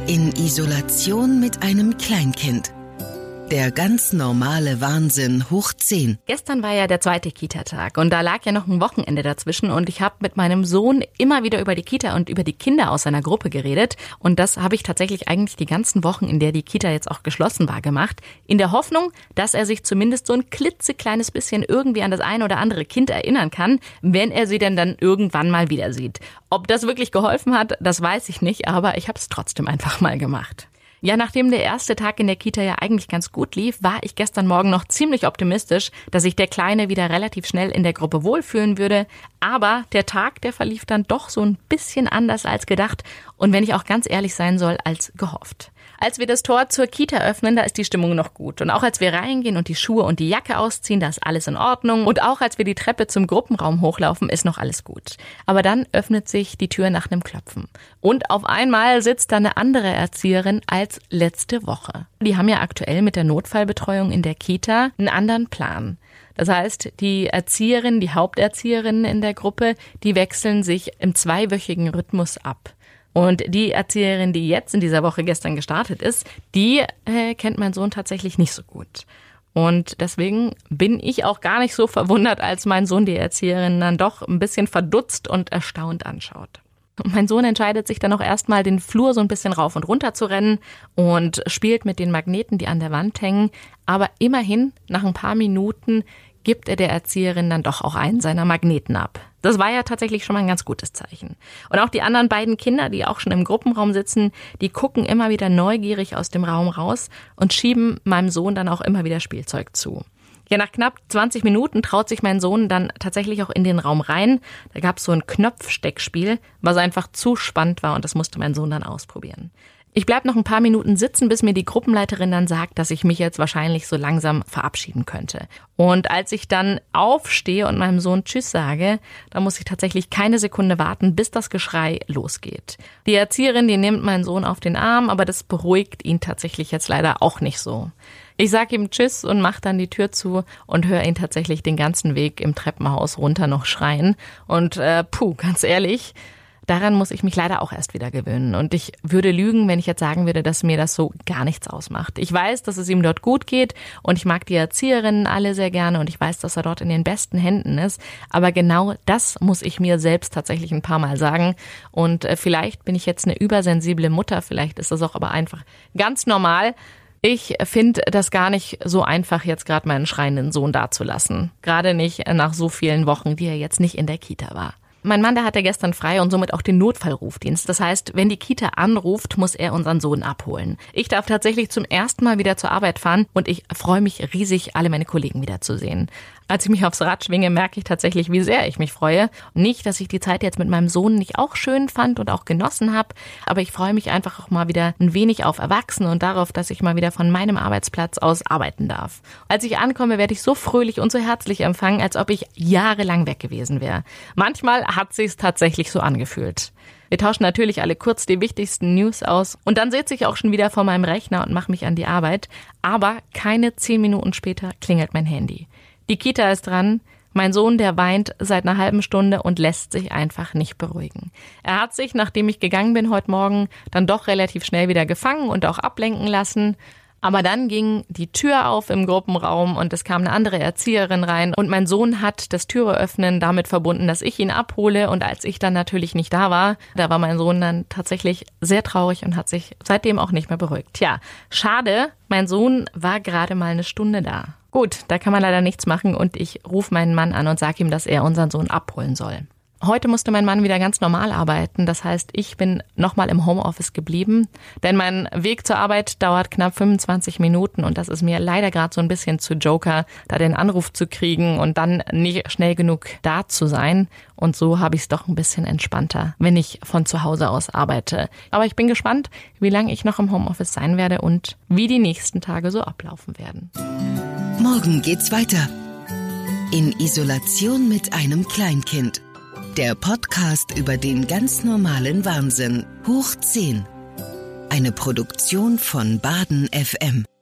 In Isolation mit einem Kleinkind. Der ganz normale Wahnsinn hoch 10. Gestern war ja der zweite Kita-Tag und da lag ja noch ein Wochenende dazwischen und ich habe mit meinem Sohn immer wieder über die Kita und über die Kinder aus seiner Gruppe geredet und das habe ich tatsächlich eigentlich die ganzen Wochen, in der die Kita jetzt auch geschlossen war, gemacht, in der Hoffnung, dass er sich zumindest so ein klitzekleines bisschen irgendwie an das eine oder andere Kind erinnern kann, wenn er sie denn dann irgendwann mal wieder sieht. Ob das wirklich geholfen hat, das weiß ich nicht, aber ich habe es trotzdem einfach mal gemacht. Ja, nachdem der erste Tag in der Kita ja eigentlich ganz gut lief, war ich gestern Morgen noch ziemlich optimistisch, dass sich der Kleine wieder relativ schnell in der Gruppe wohlfühlen würde. Aber der Tag, der verlief dann doch so ein bisschen anders als gedacht und wenn ich auch ganz ehrlich sein soll, als gehofft. Als wir das Tor zur Kita öffnen, da ist die Stimmung noch gut. Und auch als wir reingehen und die Schuhe und die Jacke ausziehen, da ist alles in Ordnung. Und auch als wir die Treppe zum Gruppenraum hochlaufen, ist noch alles gut. Aber dann öffnet sich die Tür nach einem Klopfen. Und auf einmal sitzt da eine andere Erzieherin als letzte Woche. Die haben ja aktuell mit der Notfallbetreuung in der Kita einen anderen Plan. Das heißt, die Erzieherin, die Haupterzieherinnen in der Gruppe, die wechseln sich im 2-wöchigen Rhythmus ab. Und die Erzieherin, die jetzt in dieser Woche gestern gestartet ist, die kennt mein Sohn tatsächlich nicht so gut. Und deswegen bin ich auch gar nicht so verwundert, als mein Sohn die Erzieherin dann doch ein bisschen verdutzt und erstaunt anschaut. Und mein Sohn entscheidet sich dann auch erstmal, den Flur so ein bisschen rauf und runter zu rennen und spielt mit den Magneten, die an der Wand hängen. Aber immerhin, nach ein paar Minuten, gibt er der Erzieherin dann doch auch einen seiner Magneten ab. Das war ja tatsächlich schon mal ein ganz gutes Zeichen. Und auch die anderen beiden Kinder, die auch schon im Gruppenraum sitzen, die gucken immer wieder neugierig aus dem Raum raus und schieben meinem Sohn dann auch immer wieder Spielzeug zu. Ja, nach knapp 20 Minuten traut sich mein Sohn dann tatsächlich auch in den Raum rein. Da gab es so ein Knopfsteckspiel, was einfach zu spannend war und das musste mein Sohn dann ausprobieren. Ich bleib noch ein paar Minuten sitzen, bis mir die Gruppenleiterin dann sagt, dass ich mich jetzt wahrscheinlich so langsam verabschieden könnte. Und als ich dann aufstehe und meinem Sohn Tschüss sage, da muss ich tatsächlich keine Sekunde warten, bis das Geschrei losgeht. Die Erzieherin, die nimmt meinen Sohn auf den Arm, aber das beruhigt ihn tatsächlich jetzt leider auch nicht so. Ich sage ihm Tschüss und mache dann die Tür zu und höre ihn tatsächlich den ganzen Weg im Treppenhaus runter noch schreien. Und ganz ehrlich, daran muss ich mich leider auch erst wieder gewöhnen. Und ich würde lügen, wenn ich jetzt sagen würde, dass mir das so gar nichts ausmacht. Ich weiß, dass es ihm dort gut geht und ich mag die Erzieherinnen alle sehr gerne und ich weiß, dass er dort in den besten Händen ist. Aber genau das muss ich mir selbst tatsächlich ein paar Mal sagen. Und vielleicht bin ich jetzt eine übersensible Mutter, vielleicht ist das auch aber einfach ganz normal. Ich finde das gar nicht so einfach, jetzt gerade meinen schreienden Sohn dazulassen. Gerade nicht nach so vielen Wochen, die er jetzt nicht in der Kita war. Mein Mann, der hatte gestern frei und somit auch den Notfallrufdienst. Das heißt, wenn die Kita anruft, muss er unseren Sohn abholen. Ich darf tatsächlich zum ersten Mal wieder zur Arbeit fahren und ich freue mich riesig, alle meine Kollegen wiederzusehen. Als ich mich aufs Rad schwinge, merke ich tatsächlich, wie sehr ich mich freue. Nicht, dass ich die Zeit jetzt mit meinem Sohn nicht auch schön fand und auch genossen habe, aber ich freue mich einfach auch mal wieder ein wenig auf Erwachsene und darauf, dass ich mal wieder von meinem Arbeitsplatz aus arbeiten darf. Als ich ankomme, werde ich so fröhlich und so herzlich empfangen, als ob ich jahrelang weg gewesen wäre. Manchmal hat sich's tatsächlich so angefühlt. Wir tauschen natürlich alle kurz die wichtigsten News aus und dann sitze ich auch schon wieder vor meinem Rechner und mache mich an die Arbeit. Aber keine 10 Minuten später klingelt mein Handy. Die Kita ist dran. Mein Sohn, der weint seit einer halben Stunde und lässt sich einfach nicht beruhigen. Er hat sich, nachdem ich gegangen bin heute Morgen, dann doch relativ schnell wieder gefangen und auch ablenken lassen. Aber dann ging die Tür auf im Gruppenraum und es kam eine andere Erzieherin rein und mein Sohn hat das Türöffnen damit verbunden, dass ich ihn abhole und als ich dann natürlich nicht da war mein Sohn dann tatsächlich sehr traurig und hat sich seitdem auch nicht mehr beruhigt. Tja, schade, mein Sohn war gerade mal eine Stunde da. Gut, da kann man leider nichts machen und ich rufe meinen Mann an und sage ihm, dass er unseren Sohn abholen soll. Heute musste mein Mann wieder ganz normal arbeiten. Das heißt, ich bin nochmal im Homeoffice geblieben, denn mein Weg zur Arbeit dauert knapp 25 Minuten und das ist mir leider gerade so ein bisschen zu Joker, da den Anruf zu kriegen und dann nicht schnell genug da zu sein. Und so habe ich es doch ein bisschen entspannter, wenn ich von zu Hause aus arbeite. Aber ich bin gespannt, wie lange ich noch im Homeoffice sein werde und wie die nächsten Tage so ablaufen werden. Morgen geht's weiter. In Isolation mit einem Kleinkind. Der Podcast über den ganz normalen Wahnsinn. Hoch 10. Eine Produktion von Baden FM.